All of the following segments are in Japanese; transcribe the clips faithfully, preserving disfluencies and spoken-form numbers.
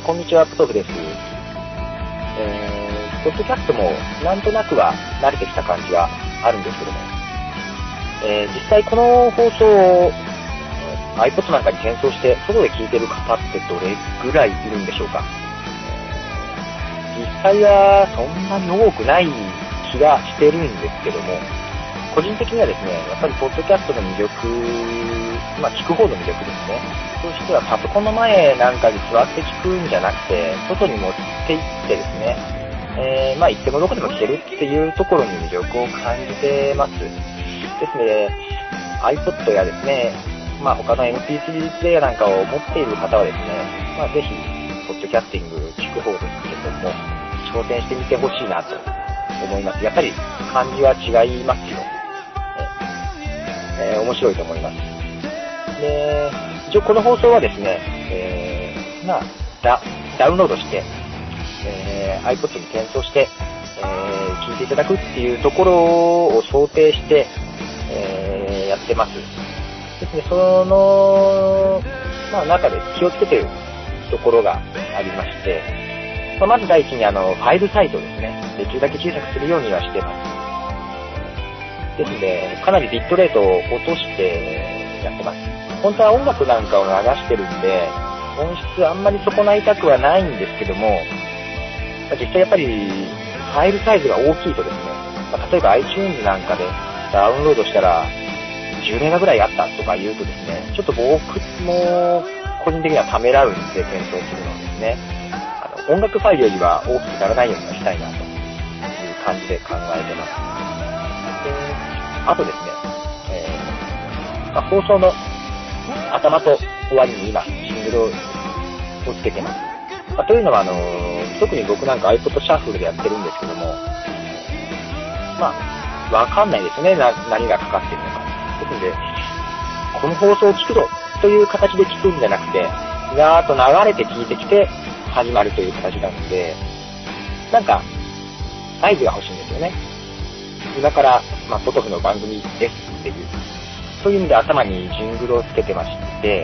こんにちは、ポトフです。えー、ポッドキャストもなんとなくは慣れてきた感じがあるんですけども、えー、実際この放送を iPod なんかに転送して外で聞いてる方ってどれぐらいいるんでしょうか。実際はそんなに多くない気がしてるんですけども、個人的にはですね、やっぱりポッドキャストの魅力、まあ聞く方の魅力ですね。そうしてはパソコンの前なんかに座って聞くんじゃなくて、外に持って行ってですね、えー、まあ行ってもどこでも聞けるっていうところに魅力を感じてます。ですので、iPod やですね、まあ他の エムピースリー プレイヤーなんかを持っている方はですね、まあぜひ、ポッドキャスティング聞く方ですけれども、挑戦してみてほしいなと思います。やっぱり感じは違いますよ。えー、面白いと思います。で、一応この放送はですね、えー、まあダ、ダウンロードして、えー、iPod に転送して、えー、聞いていただくっていうところを想定して、えー、やってます。ですね、その、まあ、中で気をつけているところがありまして、まあ、まず第一にあのファイルサイズをですね、できるだけ小さくするようにはしてます。ですので、かなりビットレートを落としてやってます。本当は音楽なんかを流してるんで、音質あんまり損ないたくはないんですけども、まあ、実際やっぱりファイルサイズが大きいとですね、まあ、例えば iTunes なんかでダウンロードしたらじゅうメガぐらいあったとか言うとですね、ちょっと僕も個人的にはためらうんで転送するのですね、あの音楽ファイルよりは大きくならないようにはしたいなという感じで考えてます。で、あとですね、えーまあ、放送の頭と終わりに今シングルをつけてます。まあ、というのはあの特に僕なんか iPod シャッフルでやってるんですけども、まあわかんないですね、な何がかかってるのか。ですので、この放送を聞くぞという形で聞くんじゃなくて、ガーッと流れて聞いてきて始まるという形なので、なんか合図が欲しいんですよね。今から、まあ、ポトフの番組ですっていう、そういう意味で頭にジングルをつけてまして、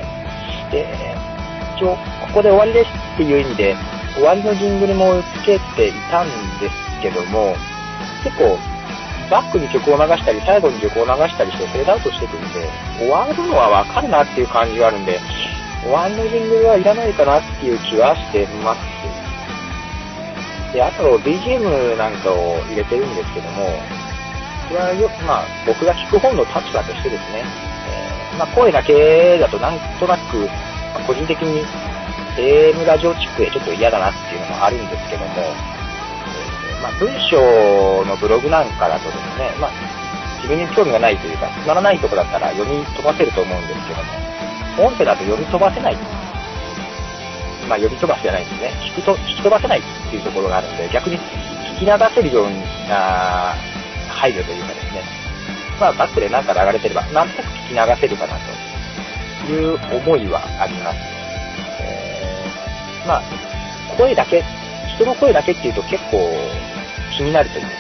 で、一応ここで終わりですっていう意味で終わりのジングルもつけていたんですけども、結構バックに曲を流したり最後に曲を流したりしてフェードアウトしていくんで、終わるのはわかるなっていう感じがあるんで、終わりのジングルはいらないかなっていう気はしてます。で、あと ビージーエム なんかを入れてるんですけども、これはよく、まあ僕が聞く方の立場としてですね、えー、まあ声だけだとなんとなく、まあ、個人的に エーエム ラジオチックでちょっと嫌だなっていうのもあるんですけども、まあ、文章のブログなんかだとですね、まあ、自分に興味がないというか、つまらないところだったら読み飛ばせると思うんですけども、音声だと読み飛ばせない。まあ、読み飛ばすじゃないんですね。聞くと、聞き飛ばせないっていうところがあるので、逆に聞き流せるような配慮というかですね、まあ、バックでなんか流れてれば、なんとなく聞き流せるかなという思いはあります。えー、まあ、声だけ、人の声だけっていうと結構、気になるというか、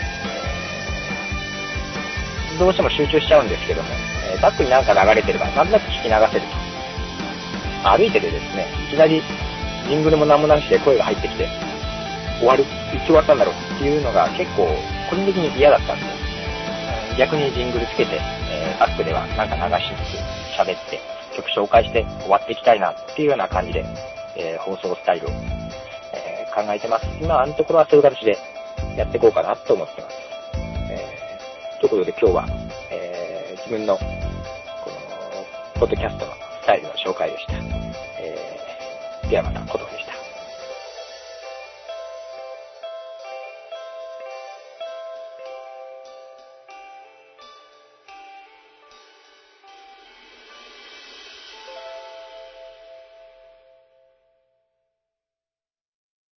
えー、どうしても集中しちゃうんですけども、えー、バックになんか流れてればなんとなく聞き流せると。歩いててですね、いきなりジングルも何もなしで声が入ってきて終わる、いつ終わったんだろうっていうのが結構個人的に嫌だったんで、逆にジングルつけて、えー、バックではなんか流しつつ喋って曲紹介して終わっていきたいなっていうような感じで、えー、放送スタイルを、えー、考えてます。今のところはそういう形でやっていこうかなと思ってます。えー、ということで今日は、えー、自分のこのポッドキャストのスタイルの紹介でした。えー、ではまた、ことでした。